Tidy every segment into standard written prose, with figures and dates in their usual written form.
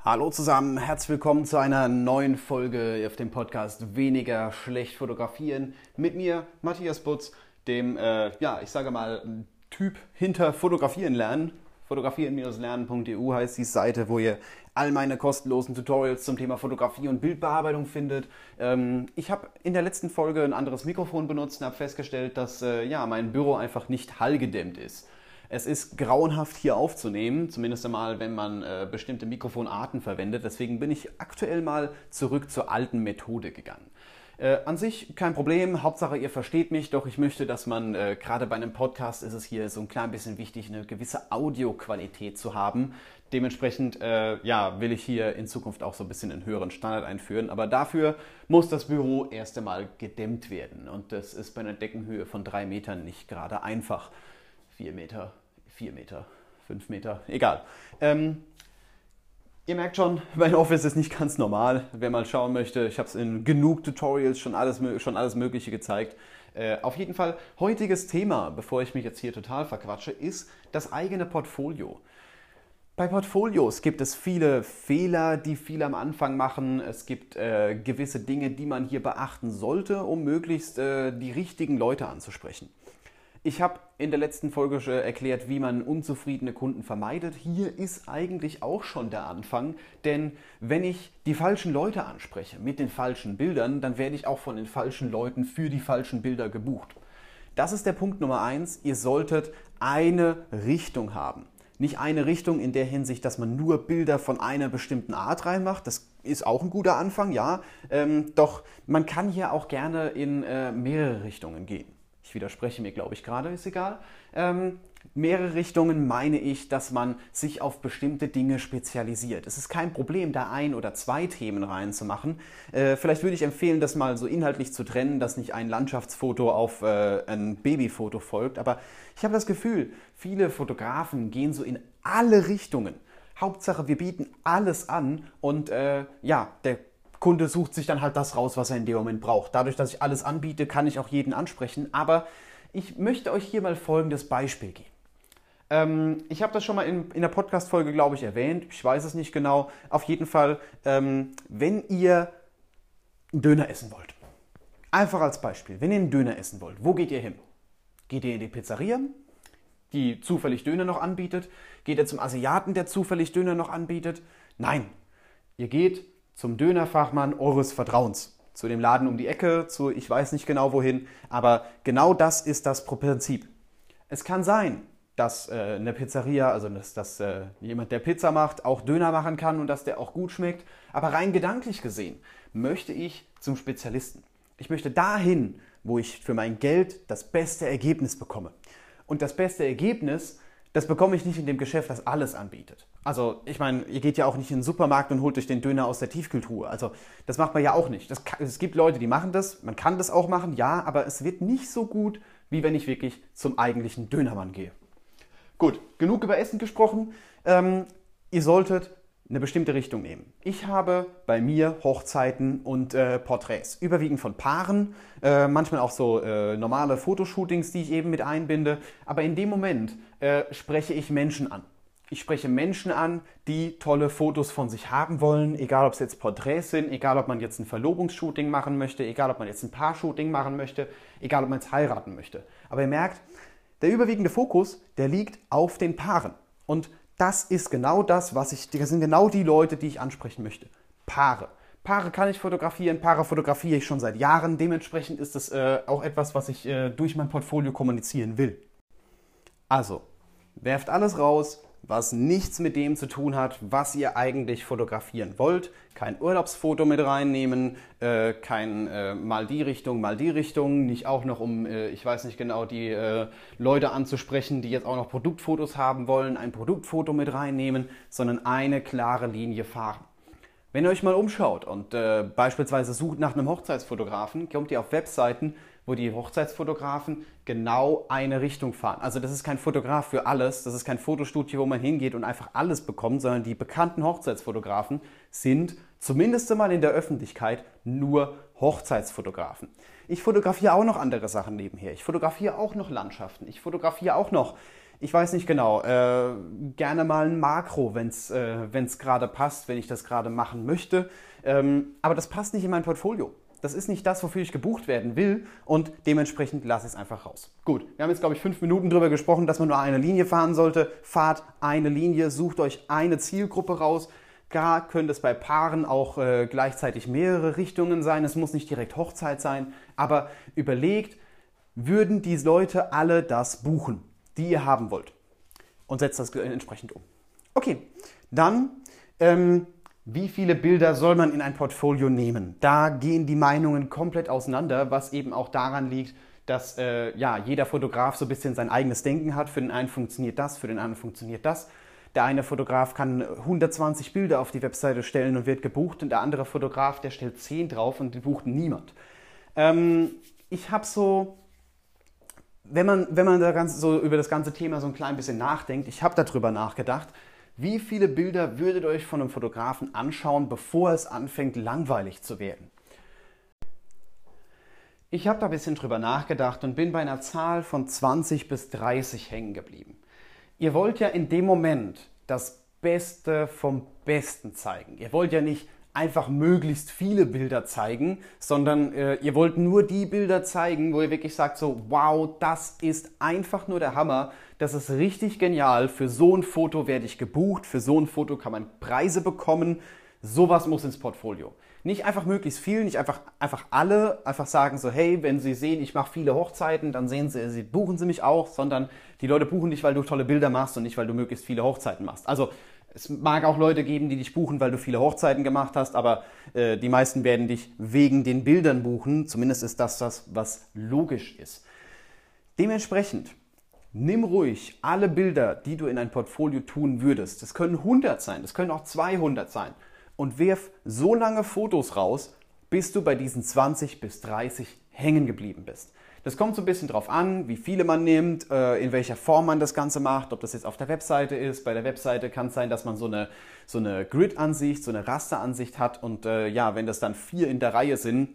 Hallo zusammen, herzlich willkommen zu einer neuen Folge auf dem Podcast Weniger schlecht fotografieren mit mir, Matthias Butz, dem, ich sage mal, Typ hinter Fotografieren lernen. Fotografieren-lernen.eu heißt die Seite, wo ihr all meine kostenlosen Tutorials zum Thema Fotografie und Bildbearbeitung findet. Ich habe in der letzten Folge ein anderes Mikrofon benutzt und habe festgestellt, dass mein Büro einfach nicht hallgedämmt ist. Es ist grauenhaft hier aufzunehmen, zumindest einmal, wenn man bestimmte Mikrofonarten verwendet. Deswegen bin ich aktuell mal zurück zur alten Methode gegangen. An sich kein Problem, Hauptsache ihr versteht mich, doch ich möchte, dass man, gerade bei einem Podcast ist es hier so ein klein bisschen wichtig, eine gewisse Audioqualität zu haben. Dementsprechend will ich hier in Zukunft auch so ein bisschen einen höheren Standard einführen, aber dafür muss das Büro erst einmal gedämmt werden und das ist bei einer Deckenhöhe von 3 Metern nicht gerade einfach. 4 Meter, 5 Meter, egal. Ihr merkt schon, mein Office ist nicht ganz normal. Wer mal schauen möchte, ich habe es in genug Tutorials schon alles Mögliche gezeigt. Auf jeden Fall, heutiges Thema, bevor ich mich jetzt hier total verquatsche, ist das eigene Portfolio. Bei Portfolios gibt es viele Fehler, die viele am Anfang machen. Es gibt gewisse Dinge, die man hier beachten sollte, um möglichst die richtigen Leute anzusprechen. Ich habe in der letzten Folge schon erklärt, wie man unzufriedene Kunden vermeidet. Hier ist eigentlich auch schon der Anfang, denn wenn ich die falschen Leute anspreche mit den falschen Bildern, dann werde ich auch von den falschen Leuten für die falschen Bilder gebucht. Das ist der Punkt Nummer 1. Ihr solltet eine Richtung haben. Nicht eine Richtung in der Hinsicht, dass man nur Bilder von einer bestimmten Art reinmacht. Das ist auch ein guter Anfang, ja. Doch man kann hier auch gerne in mehrere Richtungen gehen. Ich widerspreche mir, glaube ich, gerade, ist egal. Mehrere Richtungen meine ich, dass man sich auf bestimmte Dinge spezialisiert. Es ist kein Problem, da 1 oder 2 Themen reinzumachen. Vielleicht würde ich empfehlen, das mal so inhaltlich zu trennen, dass nicht ein Landschaftsfoto auf ein Babyfoto folgt. Aber ich habe das Gefühl, viele Fotografen gehen so in alle Richtungen. Hauptsache, wir bieten alles an und der Kunde sucht sich dann halt das raus, was er in dem Moment braucht. Dadurch, dass ich alles anbiete, kann ich auch jeden ansprechen. Aber ich möchte euch hier mal folgendes Beispiel geben. Ich habe das schon mal in der Podcast-Folge, glaube ich, erwähnt. Ich weiß es nicht genau. Auf jeden Fall, wenn ihr einen Döner essen wollt. Einfach als Beispiel. Wenn ihr einen Döner essen wollt, wo geht ihr hin? Geht ihr in die Pizzeria, die zufällig Döner noch anbietet? Geht ihr zum Asiaten, der zufällig Döner noch anbietet? Nein. Ihr geht zum Dönerfachmann eures Vertrauens. Zu dem Laden um die Ecke, zu ich weiß nicht genau wohin, aber genau das ist das Prinzip. Es kann sein, dass eine Pizzeria, also dass jemand, der Pizza macht, auch Döner machen kann und dass der auch gut schmeckt, aber rein gedanklich gesehen möchte ich zum Spezialisten. Ich möchte dahin, wo ich für mein Geld das beste Ergebnis bekomme. Und das beste Ergebnis, das bekomme ich nicht in dem Geschäft, das alles anbietet. Also, ich meine, ihr geht ja auch nicht in den Supermarkt und holt euch den Döner aus der Tiefkühltruhe. Also, das macht man ja auch nicht. Es gibt Leute, die machen das, man kann das auch machen, ja, aber es wird nicht so gut, wie wenn ich wirklich zum eigentlichen Dönermann gehe. Gut, genug über Essen gesprochen. Ihr solltet eine bestimmte Richtung nehmen. Ich habe bei mir Hochzeiten und Porträts, überwiegend von Paaren, manchmal auch so normale Fotoshootings, die ich eben mit einbinde, aber in dem Moment spreche ich Menschen an. Ich spreche Menschen an, die tolle Fotos von sich haben wollen, egal ob es jetzt Porträts sind, egal ob man jetzt ein Verlobungsshooting machen möchte, egal ob man jetzt ein Paar-Shooting machen möchte, egal ob man jetzt heiraten möchte. Aber ihr merkt, der überwiegende Fokus, der liegt auf den Paaren. Und das ist genau das sind genau die Leute, die ich ansprechen möchte. Paare. Paare kann ich fotografieren, Paare fotografiere ich schon seit Jahren. Dementsprechend ist das auch etwas, was ich durch mein Portfolio kommunizieren will. Also, werft alles raus, was nichts mit dem zu tun hat, was ihr eigentlich fotografieren wollt. Kein Urlaubsfoto mit reinnehmen, kein mal die Richtung, nicht auch noch ich weiß nicht genau, die Leute anzusprechen, die jetzt auch noch Produktfotos haben wollen, ein Produktfoto mit reinnehmen, sondern eine klare Linie fahren. Wenn ihr euch mal umschaut und beispielsweise sucht nach einem Hochzeitsfotografen, kommt ihr auf Webseiten, wo die Hochzeitsfotografen genau eine Richtung fahren. Also das ist kein Fotograf für alles, das ist kein Fotostudio, wo man hingeht und einfach alles bekommt, sondern die bekannten Hochzeitsfotografen sind zumindest einmal in der Öffentlichkeit nur Hochzeitsfotografen. Ich fotografiere auch noch andere Sachen nebenher. Ich fotografiere auch noch Landschaften. Ich fotografiere auch noch Ich weiß nicht genau, gerne mal ein Makro, wenn es gerade passt, wenn ich das gerade machen möchte. Aber das passt nicht in mein Portfolio. Das ist nicht das, wofür ich gebucht werden will und dementsprechend lasse ich es einfach raus. Gut, wir haben jetzt, glaube ich, 5 Minuten darüber gesprochen, dass man nur eine Linie fahren sollte. Fahrt eine Linie, sucht euch eine Zielgruppe raus. Klar könnte es bei Paaren auch gleichzeitig mehrere Richtungen sein. Es muss nicht direkt Hochzeit sein, aber überlegt, würden die Leute alle das buchen, die ihr haben wollt? Und setzt das entsprechend um. Okay, dann wie viele Bilder soll man in ein Portfolio nehmen? Da gehen die Meinungen komplett auseinander, was eben auch daran liegt, dass ja, jeder Fotograf so ein bisschen sein eigenes Denken hat. Für den einen funktioniert das, für den anderen funktioniert das. Der eine Fotograf kann 120 Bilder auf die Webseite stellen und wird gebucht und der andere Fotograf, der stellt 10 drauf und den bucht niemand. Ich habe so, wenn man so über das ganze Thema so ein klein bisschen nachdenkt, ich habe darüber nachgedacht, wie viele Bilder würdet ihr euch von einem Fotografen anschauen, bevor es anfängt langweilig zu werden? Ich habe da ein bisschen drüber nachgedacht und bin bei einer Zahl von 20 bis 30 hängen geblieben. Ihr wollt ja in dem Moment das Beste vom Besten zeigen. Ihr wollt ja nicht einfach möglichst viele Bilder zeigen, sondern ihr wollt nur die Bilder zeigen, wo ihr wirklich sagt so, wow, das ist einfach nur der Hammer, das ist richtig genial, für so ein Foto werde ich gebucht, für so ein Foto kann man Preise bekommen, sowas muss ins Portfolio. Nicht einfach möglichst viel, nicht einfach alle, einfach sagen so, hey, wenn Sie sehen, ich mache viele Hochzeiten, dann sehen Sie, buchen Sie mich auch, sondern die Leute buchen dich, weil du tolle Bilder machst und nicht, weil du möglichst viele Hochzeiten machst. Also es mag auch Leute geben, die dich buchen, weil du viele Hochzeiten gemacht hast, aber die meisten werden dich wegen den Bildern buchen. Zumindest ist das, was logisch ist. Dementsprechend, nimm ruhig alle Bilder, die du in ein Portfolio tun würdest. Das können 100 sein, das können auch 200 sein. Und wirf so lange Fotos raus, bis du bei diesen 20 bis 30 hängen geblieben bist. Das kommt so ein bisschen drauf an, wie viele man nimmt, in welcher Form man das Ganze macht, ob das jetzt auf der Webseite ist. Bei der Webseite kann es sein, dass man so eine Grid-Ansicht, so eine Rasteransicht hat und ja, wenn das dann 4 in der Reihe sind,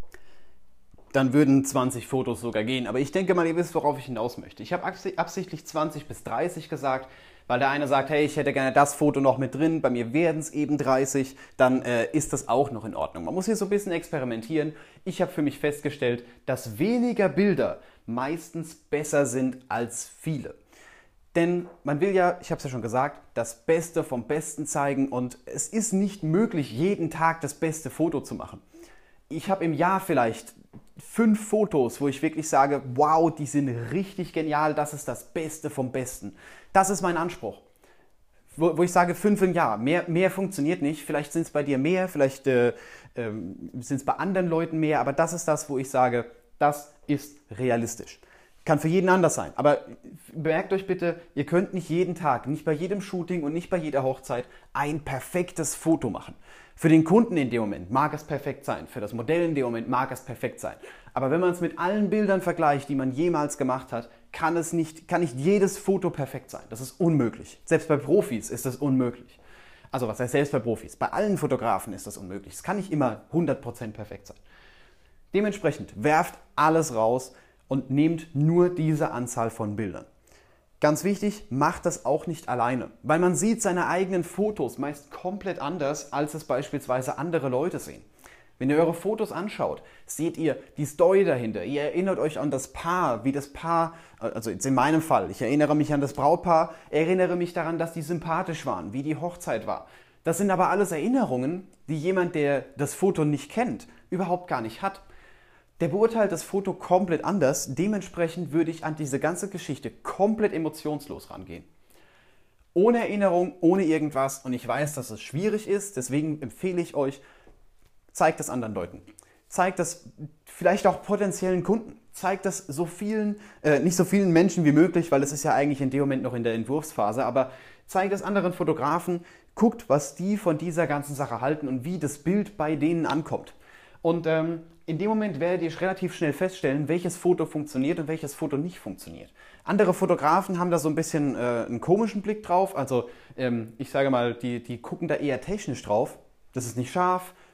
dann würden 20 Fotos sogar gehen. Aber ich denke mal, ihr wisst, worauf ich hinaus möchte. Ich habe absichtlich 20 bis 30 gesagt, weil der eine sagt, hey, ich hätte gerne das Foto noch mit drin, bei mir werden es eben 30, dann ist das auch noch in Ordnung. Man muss hier so ein bisschen experimentieren. Ich habe für mich festgestellt, dass weniger Bilder meistens besser sind als viele. Denn man will ja, ich habe es ja schon gesagt, das Beste vom Besten zeigen und es ist nicht möglich, jeden Tag das beste Foto zu machen. Ich habe im Jahr vielleicht 5 Fotos, wo ich wirklich sage, wow, die sind richtig genial, das ist das Beste vom Besten. Das ist mein Anspruch. Wo ich sage 5 im Jahr. Mehr funktioniert nicht. Vielleicht sind es bei dir mehr, vielleicht sind es bei anderen Leuten mehr, aber das ist das, wo ich sage, das ist realistisch. Kann für jeden anders sein. Aber bemerkt euch bitte, ihr könnt nicht jeden Tag, nicht bei jedem Shooting und nicht bei jeder Hochzeit ein perfektes Foto machen. Für den Kunden in dem Moment mag es perfekt sein, für das Modell in dem Moment mag es perfekt sein. Aber wenn man es mit allen Bildern vergleicht, die man jemals gemacht hat, kann nicht jedes Foto perfekt sein. Das ist unmöglich. Selbst bei Profis ist das unmöglich. Also was heißt selbst bei Profis? Bei allen Fotografen ist das unmöglich. Es kann nicht immer 100% perfekt sein. Dementsprechend werft alles raus und nehmt nur diese Anzahl von Bildern. Ganz wichtig, macht das auch nicht alleine, weil man sieht seine eigenen Fotos meist komplett anders, als es beispielsweise andere Leute sehen. Wenn ihr eure Fotos anschaut, seht ihr die Story dahinter. Ihr erinnert euch an das Paar, wie das Paar, also jetzt in meinem Fall, ich erinnere mich an das Brautpaar, erinnere mich daran, dass die sympathisch waren, wie die Hochzeit war. Das sind aber alles Erinnerungen, die jemand, der das Foto nicht kennt, überhaupt gar nicht hat. Der beurteilt das Foto komplett anders, dementsprechend würde ich an diese ganze Geschichte komplett emotionslos rangehen. Ohne Erinnerung, ohne irgendwas und ich weiß, dass es schwierig ist, deswegen empfehle ich euch, zeigt das anderen Leuten. Zeigt das vielleicht auch potenziellen Kunden. Zeigt das nicht so vielen Menschen wie möglich, weil es ist ja eigentlich in dem Moment noch in der Entwurfsphase, aber zeigt es anderen Fotografen, guckt, was die von dieser ganzen Sache halten und wie das Bild bei denen ankommt. Und in dem Moment werdet ihr relativ schnell feststellen, welches Foto funktioniert und welches Foto nicht funktioniert. Andere Fotografen haben da so ein bisschen einen komischen Blick drauf. Also ich sage mal, die gucken da eher technisch drauf. Das ist nicht scharf,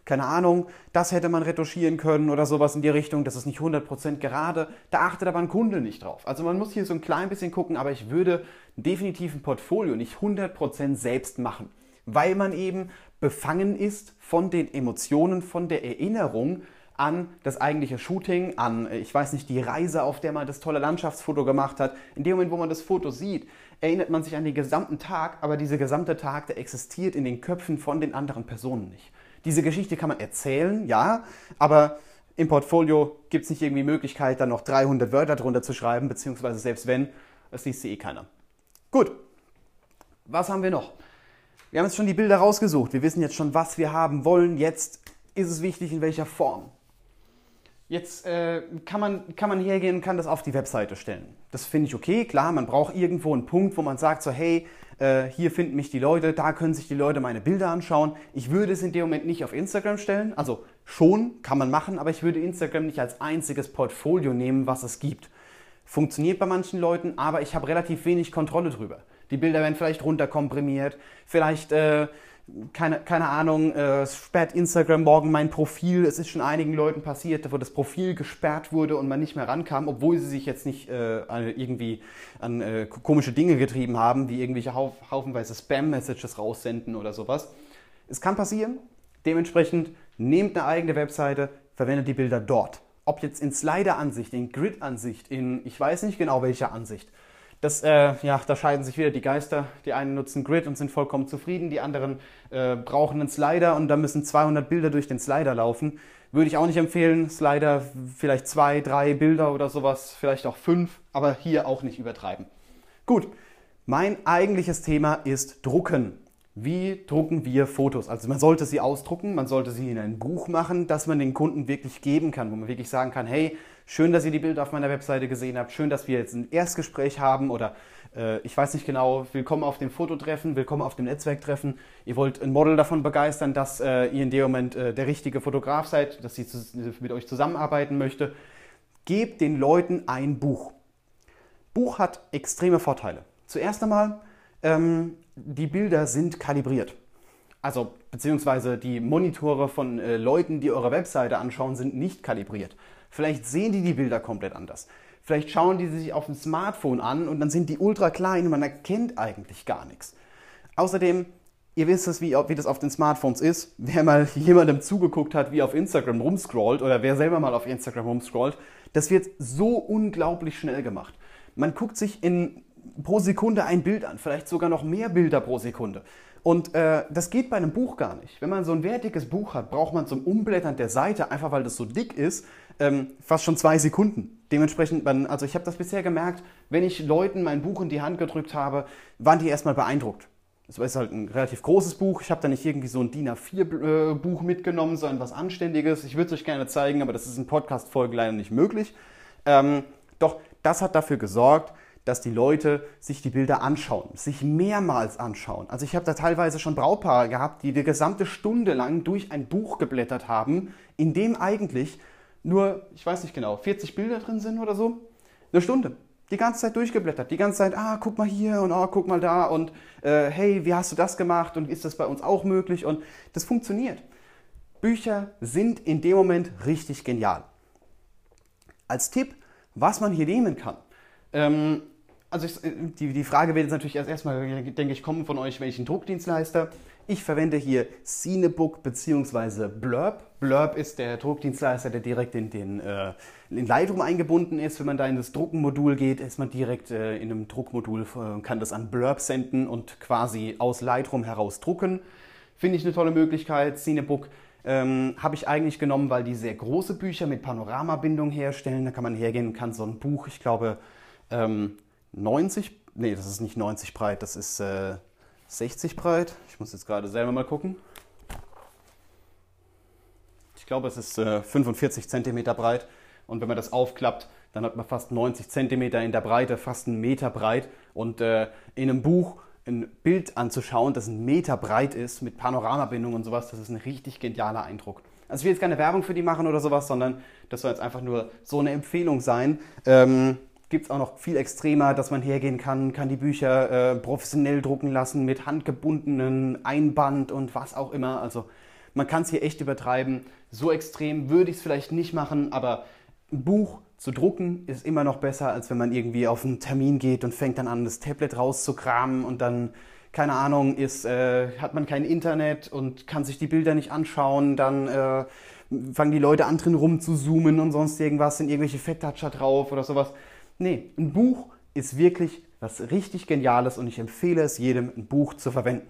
keine Ahnung, das hätte man retuschieren können oder sowas in die Richtung, das ist nicht 100% gerade. Da achtet aber ein Kunde nicht drauf. Also man muss hier so ein klein bisschen gucken, aber ich würde definitiv ein Portfolio nicht 100% selbst machen, weil man eben befangen ist von den Emotionen, von der Erinnerung an das eigentliche Shooting, an, ich weiß nicht, die Reise, auf der man das tolle Landschaftsfoto gemacht hat. In dem Moment, wo man das Foto sieht, erinnert man sich an den gesamten Tag, aber dieser gesamte Tag, der existiert in den Köpfen von den anderen Personen nicht. Diese Geschichte kann man erzählen, ja, aber im Portfolio gibt es nicht irgendwie Möglichkeit, dann noch 300 Wörter drunter zu schreiben, beziehungsweise selbst wenn, das liest eh keiner. Gut, was haben wir noch? Wir haben jetzt schon die Bilder rausgesucht, wir wissen jetzt schon, was wir haben wollen, jetzt ist es wichtig, in welcher Form. Jetzt kann man hergehen und kann das auf die Webseite stellen. Das finde ich okay, klar, man braucht irgendwo einen Punkt, wo man sagt so, hey, hier finden mich die Leute, da können sich die Leute meine Bilder anschauen. Ich würde es in dem Moment nicht auf Instagram stellen, also schon, kann man machen, aber ich würde Instagram nicht als einziges Portfolio nehmen, was es gibt. Funktioniert bei manchen Leuten, aber ich habe relativ wenig Kontrolle drüber. Die Bilder werden vielleicht runterkomprimiert, vielleicht... Keine Ahnung, sperrt Instagram morgen mein Profil. Es ist schon einigen Leuten passiert, wo das Profil gesperrt wurde und man nicht mehr rankam, obwohl sie sich jetzt nicht irgendwie an komische Dinge getrieben haben, wie irgendwelche haufenweise Spam-Messages raussenden oder sowas. Es kann passieren. Dementsprechend nehmt eine eigene Webseite, verwendet die Bilder dort. Ob jetzt in Slider-Ansicht, in Grid-Ansicht, in ich weiß nicht genau welcher Ansicht. Da scheiden sich wieder die Geister. Die einen nutzen Grid und sind vollkommen zufrieden, die anderen brauchen einen Slider und da müssen 200 Bilder durch den Slider laufen. Würde ich auch nicht empfehlen. Slider vielleicht 2, 3 Bilder oder sowas, vielleicht auch 5, aber hier auch nicht übertreiben. Gut, mein eigentliches Thema ist Drucken. Wie drucken wir Fotos? Also man sollte sie ausdrucken, man sollte sie in ein Buch machen, das man den Kunden wirklich geben kann, wo man wirklich sagen kann, hey, schön, dass ihr die Bilder auf meiner Webseite gesehen habt, schön, dass wir jetzt ein Erstgespräch haben oder ich weiß nicht genau, willkommen auf dem Fototreffen, willkommen auf dem Netzwerktreffen. Ihr wollt ein Model davon begeistern, dass ihr in dem Moment der richtige Fotograf seid, dass sie mit euch zusammenarbeiten möchte. Gebt den Leuten ein Buch. Buch hat extreme Vorteile. Zuerst einmal, die Bilder sind kalibriert. Also, beziehungsweise die Monitore von Leuten, die eure Webseite anschauen, sind nicht kalibriert. Vielleicht sehen die Bilder komplett anders. Vielleicht schauen die sich auf dem Smartphone an und dann sind die ultra klein und man erkennt eigentlich gar nichts. Außerdem, ihr wisst es, wie das auf den Smartphones ist. Wer mal jemandem zugeguckt hat, wie auf Instagram rumscrollt oder wer selber mal auf Instagram rumscrollt, das wird so unglaublich schnell gemacht. Man guckt sich pro Sekunde ein Bild an, vielleicht sogar noch mehr Bilder pro Sekunde. Und das geht bei einem Buch gar nicht. Wenn man so ein wertiges Buch hat, braucht man zum Umblättern der Seite, einfach weil das so dick ist, fast schon 2 Sekunden. Dementsprechend, also ich habe das bisher gemerkt, wenn ich Leuten mein Buch in die Hand gedrückt habe, waren die erstmal beeindruckt. Das ist halt ein relativ großes Buch. Ich habe da nicht irgendwie so ein DIN A4 Buch mitgenommen, sondern was Anständiges. Ich würde es euch gerne zeigen, aber das ist in Podcast-Folgen leider nicht möglich. Doch das hat dafür gesorgt, dass die Leute sich die Bilder anschauen, sich mehrmals anschauen. Also ich habe da teilweise schon Brautpaare gehabt, die gesamte Stunde lang durch ein Buch geblättert haben, in dem eigentlich nur, ich weiß nicht genau, 40 Bilder drin sind oder so. Eine Stunde. Die ganze Zeit durchgeblättert. Die ganze Zeit, guck mal hier und guck mal da und hey, wie hast du das gemacht und ist das bei uns auch möglich? Und das funktioniert. Bücher sind in dem Moment richtig genial. Als Tipp, was man hier nehmen kann. Die Frage wird jetzt natürlich erstmal, denke ich, kommen von euch, welchen Druckdienstleister. Ich verwende hier Cinebook bzw. Blurb. Blurb ist der Druckdienstleister, der direkt in Lightroom eingebunden ist. Wenn man da in das Druckenmodul geht, ist man direkt in einem Druckmodul, kann das an Blurb senden und quasi aus Lightroom heraus drucken. Finde ich eine tolle Möglichkeit. Cinebook habe ich eigentlich genommen, weil die sehr große Bücher mit Panoramabindung herstellen. Da kann man hergehen und kann so ein Buch, ich glaube, 90, nee, das ist nicht 90 breit, das ist 60 breit. Ich muss jetzt gerade selber mal gucken. Ich glaube, es ist 45 cm breit und wenn man das aufklappt, dann hat man fast 90 cm in der Breite, fast 1 Meter breit und in einem Buch ein Bild anzuschauen, das 1 Meter breit ist, mit Panoramabindung und sowas, das ist ein richtig genialer Eindruck. Also ich will jetzt keine Werbung für die machen oder sowas, sondern das soll jetzt einfach nur so eine Empfehlung sein. Gibt es auch noch viel extremer, dass man hergehen kann die Bücher professionell drucken lassen mit handgebundenen Einband und was auch immer. Also man kann es hier echt übertreiben. So extrem würde ich es vielleicht nicht machen, aber ein Buch zu drucken ist immer noch besser, als wenn man irgendwie auf einen Termin geht und fängt dann an, das Tablet rauszukramen und dann, keine Ahnung, hat man kein Internet und kann sich die Bilder nicht anschauen, dann fangen die Leute an, drin rumzuzoomen und sonst irgendwas, sind irgendwelche Fetttatscher drauf oder sowas. Nee, ein Buch ist wirklich was richtig Geniales und ich empfehle es jedem, ein Buch zu verwenden.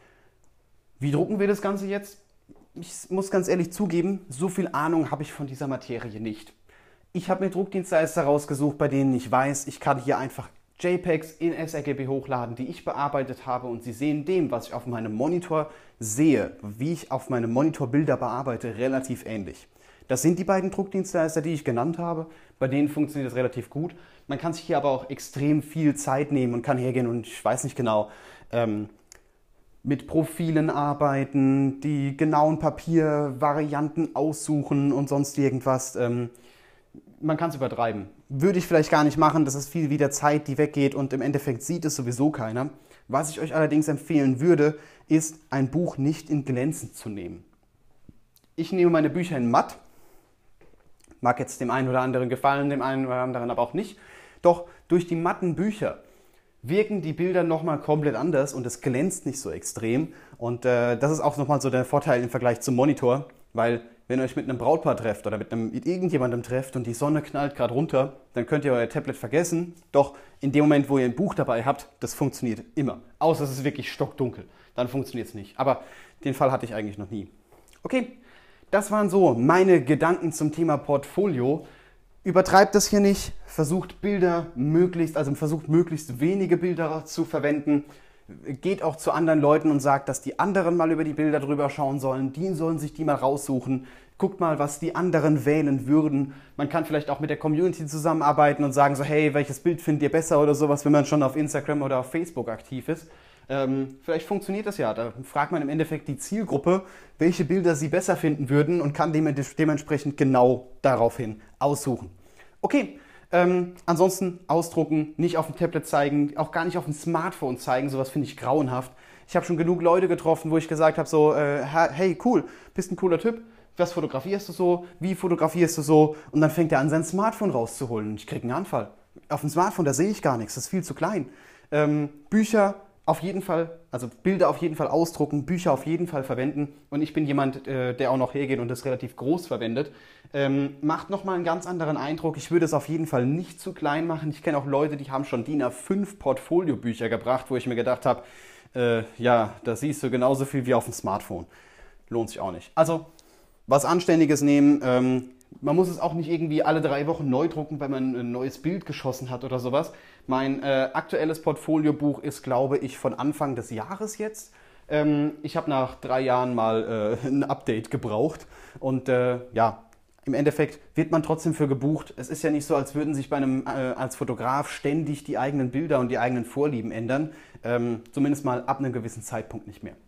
Wie drucken wir das Ganze jetzt? Ich muss ganz ehrlich zugeben, so viel Ahnung habe ich von dieser Materie nicht. Ich habe mir Druckdienstleister rausgesucht, bei denen ich weiß, ich kann hier einfach JPEGs in sRGB hochladen, die ich bearbeitet habe und sie sehen dem, was ich auf meinem Monitor sehe, wie ich auf meinem Monitor Bilder bearbeite, relativ ähnlich. Das sind die beiden Druckdienstleister, die ich genannt habe. Bei denen funktioniert das relativ gut. Man kann sich hier aber auch extrem viel Zeit nehmen und kann hergehen und ich weiß nicht genau, mit Profilen arbeiten, die genauen Papiervarianten aussuchen und sonst irgendwas. Man kann es übertreiben. Würde ich vielleicht gar nicht machen, das ist viel wieder Zeit, die weggeht und im Endeffekt sieht es sowieso keiner. Was ich euch allerdings empfehlen würde, ist ein Buch nicht in glänzend zu nehmen. Ich nehme meine Bücher in matt. Mag jetzt dem einen oder anderen gefallen, dem einen oder anderen aber auch nicht. Doch durch die matten Bücher wirken die Bilder nochmal komplett anders und es glänzt nicht so extrem. Und das ist auch nochmal so der Vorteil im Vergleich zum Monitor, weil wenn ihr euch mit einem Brautpaar trefft oder mit irgendjemandem trefft und die Sonne knallt gerade runter, dann könnt ihr euer Tablet vergessen. Doch in dem Moment, wo ihr ein Buch dabei habt, das funktioniert immer. Außer es ist wirklich stockdunkel, dann funktioniert es nicht. Aber den Fall hatte ich eigentlich noch nie. Okay, das waren so meine Gedanken zum Thema Portfolio. Übertreibt das hier nicht, versucht möglichst wenige Bilder zu verwenden. Geht auch zu anderen Leuten und sagt, dass die anderen mal über die Bilder drüber schauen sollen. Die sollen sich die mal raussuchen. Guckt mal, was die anderen wählen würden. Man kann vielleicht auch mit der Community zusammenarbeiten und sagen so, hey, welches Bild findet ihr besser oder sowas, wenn man schon auf Instagram oder auf Facebook aktiv ist. Vielleicht funktioniert das ja. Da fragt man im Endeffekt die Zielgruppe, welche Bilder sie besser finden würden und kann dementsprechend genau daraufhin aussuchen. Okay, ansonsten ausdrucken, nicht auf dem Tablet zeigen, auch gar nicht auf dem Smartphone zeigen, sowas finde ich grauenhaft. Ich habe schon genug Leute getroffen, wo ich gesagt habe so, hey cool, bist ein cooler Typ, was fotografierst du so, wie fotografierst du so und dann fängt er an sein Smartphone rauszuholen und ich kriege einen Anfall. Auf dem Smartphone, da sehe ich gar nichts, das ist viel zu klein. Bücher auf jeden Fall, also Bilder auf jeden Fall ausdrucken, Bücher auf jeden Fall verwenden und ich bin jemand, der auch noch hergeht und das relativ groß verwendet. Macht nochmal einen ganz anderen Eindruck. Ich würde es auf jeden Fall nicht zu klein machen. Ich kenne auch Leute, die haben schon DIN A5 Portfoliobücher gebracht, wo ich mir gedacht habe, ja, da siehst du genauso viel wie auf dem Smartphone. Lohnt sich auch nicht. Also, was Anständiges nehmen. Man muss es auch nicht irgendwie alle 3 Wochen neu drucken, weil man ein neues Bild geschossen hat oder sowas. Mein aktuelles Portfoliobuch ist, glaube ich, von Anfang des Jahres jetzt. Ich habe nach 3 Jahren mal ein Update gebraucht und ja, im Endeffekt wird man trotzdem für gebucht. Es ist ja nicht so, als würden sich bei als Fotograf ständig die eigenen Bilder und die eigenen Vorlieben ändern. Zumindest mal ab einem gewissen Zeitpunkt nicht mehr.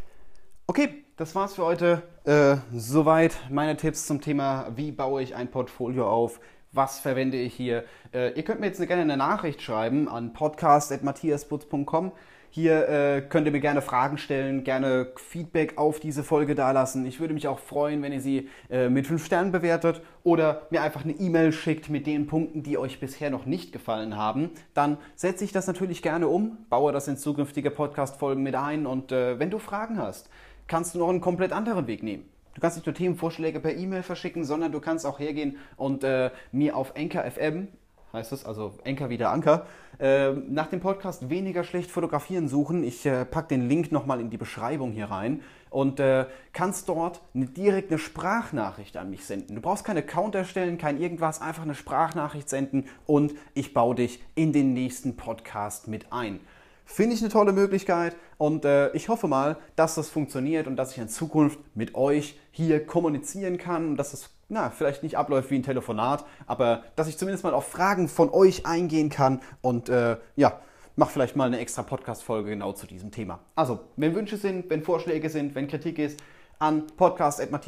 Okay, das war's für heute. Soweit meine Tipps zum Thema, wie baue ich ein Portfolio auf, was verwende ich hier. Ihr könnt mir jetzt gerne eine Nachricht schreiben an podcast@matthiasputz.com. Hier könnt ihr mir gerne Fragen stellen, gerne Feedback auf diese Folge dalassen. Ich würde mich auch freuen, wenn ihr sie mit 5 Sternen bewertet oder mir einfach eine E-Mail schickt mit den Punkten, die euch bisher noch nicht gefallen haben. Dann setze ich das natürlich gerne um, baue das in zukünftige Podcast-Folgen mit ein und wenn du Fragen hast, kannst du noch einen komplett anderen Weg nehmen. Du kannst nicht nur Themenvorschläge per E-Mail verschicken, sondern du kannst auch hergehen und mir auf Anchor FM, heißt es, also Anchor wie der Anker, nach dem Podcast Weniger schlecht fotografieren suchen. Ich packe den Link nochmal in die Beschreibung hier rein und kannst dort direkt eine Sprachnachricht an mich senden. Du brauchst keine Account erstellen, kein irgendwas, einfach eine Sprachnachricht senden und ich baue dich in den nächsten Podcast mit ein. Finde ich eine tolle Möglichkeit und ich hoffe mal, dass das funktioniert und dass ich in Zukunft mit euch hier kommunizieren kann und dass es vielleicht nicht abläuft wie ein Telefonat, aber dass ich zumindest mal auf Fragen von euch eingehen kann und mache vielleicht mal eine extra Podcast-Folge genau zu diesem Thema. Also, wenn Wünsche sind, wenn Vorschläge sind, wenn Kritik ist, an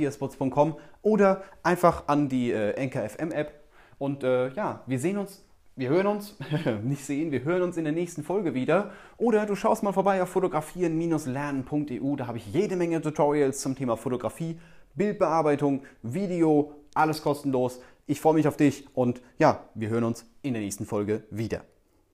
podcast@matthiasputz.com oder einfach an die Anchor FM App und wir sehen uns wir hören uns, nicht sehen, wir hören uns in der nächsten Folge wieder. Oder du schaust mal vorbei auf fotografieren-lernen.eu. Da habe ich jede Menge Tutorials zum Thema Fotografie, Bildbearbeitung, Video, alles kostenlos. Ich freue mich auf dich und ja, wir hören uns in der nächsten Folge wieder.